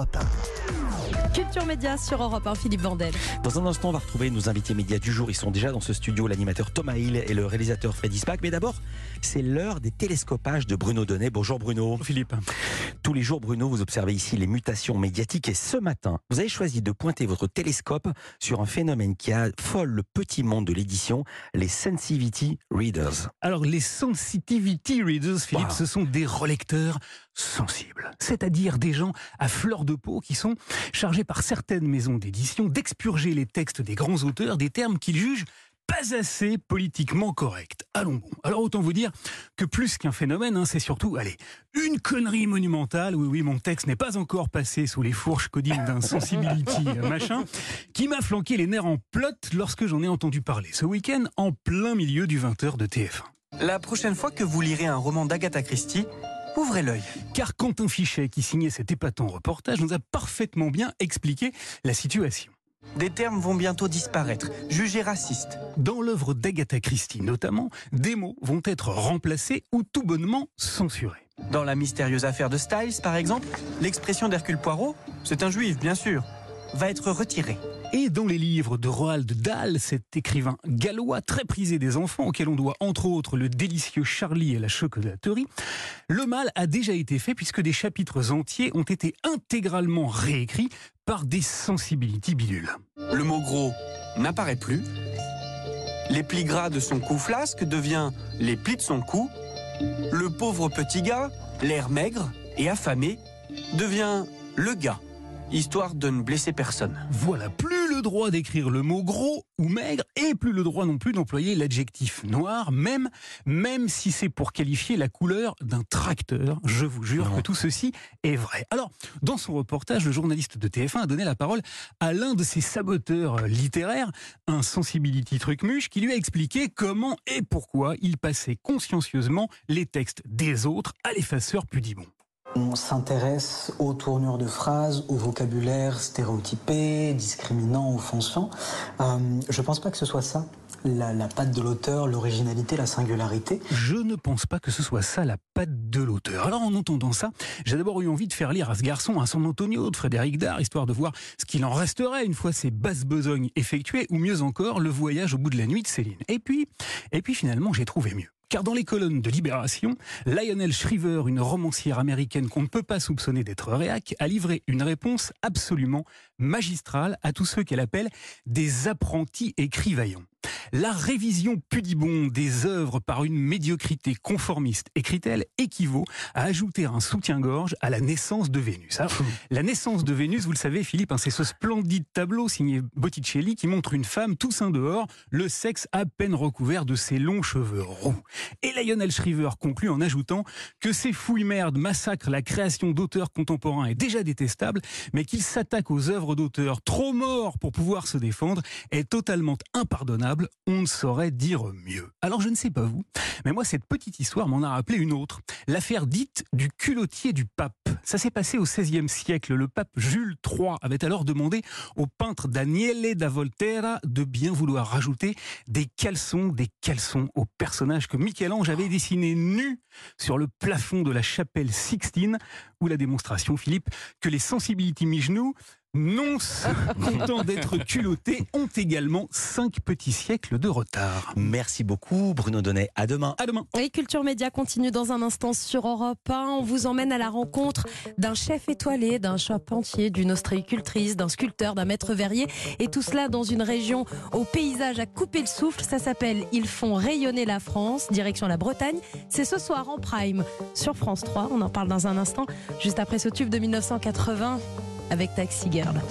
Europe 1. Culture Média sur Europe 1, Philippe Vandel. Dans un instant, on va retrouver nos invités médias du jour. Ils sont déjà dans ce studio, l'animateur Thomas Hill et le réalisateur Freddy Spack. Mais d'abord, c'est l'heure des télescopages de Bruno Donnet. Bonjour Bruno. Bonjour Philippe. Tous les jours, Bruno, vous observez ici les mutations médiatiques. Et ce matin, vous avez choisi de pointer votre télescope sur un phénomène qui affole le petit monde de l'édition, les Sensitivity Readers. Alors, les Sensitivity Readers, Philippe, Wow. ce sont des relecteurs sensibles. C'est-à-dire des gens à fleur de peau qui sont chargés par certaines maisons d'édition d'expurger les textes des grands auteurs des termes qu'ils jugent pas assez politiquement corrects. Allons bon. Alors autant vous dire que plus qu'un phénomène, c'est surtout, une connerie monumentale. Oui, mon texte n'est pas encore passé sous les fourches codines d'un sensibility machin, qui m'a flanqué les nerfs en plot lorsque j'en ai entendu parler ce week-end en plein milieu du 20h de TF1. La prochaine fois que vous lirez un roman d'Agatha Christie, ouvrez l'œil. Car Quentin Fichet, qui signait cet épatant reportage, nous a parfaitement bien expliqué la situation. Des termes vont bientôt disparaître, jugés racistes. Dans l'œuvre d'Agatha Christie notamment, des mots vont être remplacés ou tout bonnement censurés. Dans la mystérieuse affaire de Styles, par exemple, l'expression d'Hercule Poirot, c'est un juif bien sûr, va être retirée. Et dans les livres de Roald Dahl, cet écrivain gallois très prisé des enfants, auquel on doit entre autres le délicieux Charlie et la chocolaterie, le mal a déjà été fait puisque des chapitres entiers ont été intégralement réécrits par des sensibility bidules. Le mot gros n'apparaît plus. Les plis gras de son cou flasque devient les plis de son cou. Le pauvre petit gars, l'air maigre et affamé, devient le gars, histoire de ne blesser personne. Voilà, plus le droit d'écrire le mot gros ou maigre, et plus le droit non plus d'employer l'adjectif noir, même si c'est pour qualifier la couleur d'un tracteur. Je vous jure que tout ceci est vrai. Alors, dans son reportage, le journaliste de TF1 a donné la parole à l'un de ses saboteurs littéraires, un sensibility trucmuche, qui lui a expliqué comment et pourquoi il passait consciencieusement les textes des autres à l'effaceur pudibond. On s'intéresse aux tournures de phrases, au vocabulaire stéréotypé, discriminant, offensant. Je pense pas que ce soit ça, la patte de l'auteur, l'originalité, la singularité. Je ne pense pas que ce soit ça la patte de l'auteur. Alors en entendant ça, j'ai d'abord eu envie de faire lire à ce garçon un San Antonio de Frédéric Dard, histoire de voir ce qu'il en resterait une fois ces basses besognes effectuées, ou mieux encore, le voyage au bout de la nuit de Céline. Et puis finalement, j'ai trouvé mieux. Car dans les colonnes de Libération, Lionel Shriver, une romancière américaine qu'on ne peut pas soupçonner d'être réac, a livré une réponse absolument magistrale à tous ceux qu'elle appelle des apprentis écrivaillons. La révision pudibonde des œuvres par une médiocrité conformiste, écrit-elle, équivaut à ajouter un soutien-gorge à la naissance de Vénus. Alors, la naissance de Vénus, vous le savez Philippe, c'est ce splendide tableau signé Botticelli qui montre une femme tout sein dehors, le sexe à peine recouvert de ses longs cheveux roux. Et Lionel Shriver conclut en ajoutant que ces fouilles-merdes massacrent la création d'auteurs contemporains est déjà détestable, mais qu'il s'attaque aux œuvres d'auteurs trop morts pour pouvoir se défendre est totalement impardonnable. On ne saurait dire mieux. Alors je ne sais pas vous, mais moi cette petite histoire m'en a rappelé une autre. L'affaire dite du culottier du pape. Ça s'est passé au XVIe siècle. Le pape Jules III avait alors demandé au peintre Daniele da Volterra de bien vouloir rajouter des caleçons au personnage que Michel-Ange avait dessiné nu sur le plafond de la chapelle Sixtine, où la démonstration, Philippe, que les sensibility mi-genoux, non contents d'être culottés, ont également 5 petits siècles de retard. Merci beaucoup Bruno Donnet. À demain. À demain. Et Culture Média continue dans un instant sur Europe 1. On vous emmène à la rencontre d'un chef étoilé, d'un charpentier, d'une ostréicultrice, d'un sculpteur, d'un maître verrier. Et tout cela dans une région au paysage à couper le souffle. Ça s'appelle Ils font rayonner la France, direction la Bretagne. C'est ce soir en prime sur France 3. On en parle dans un instant, juste après ce tube de 1980 avec Taxi Girl.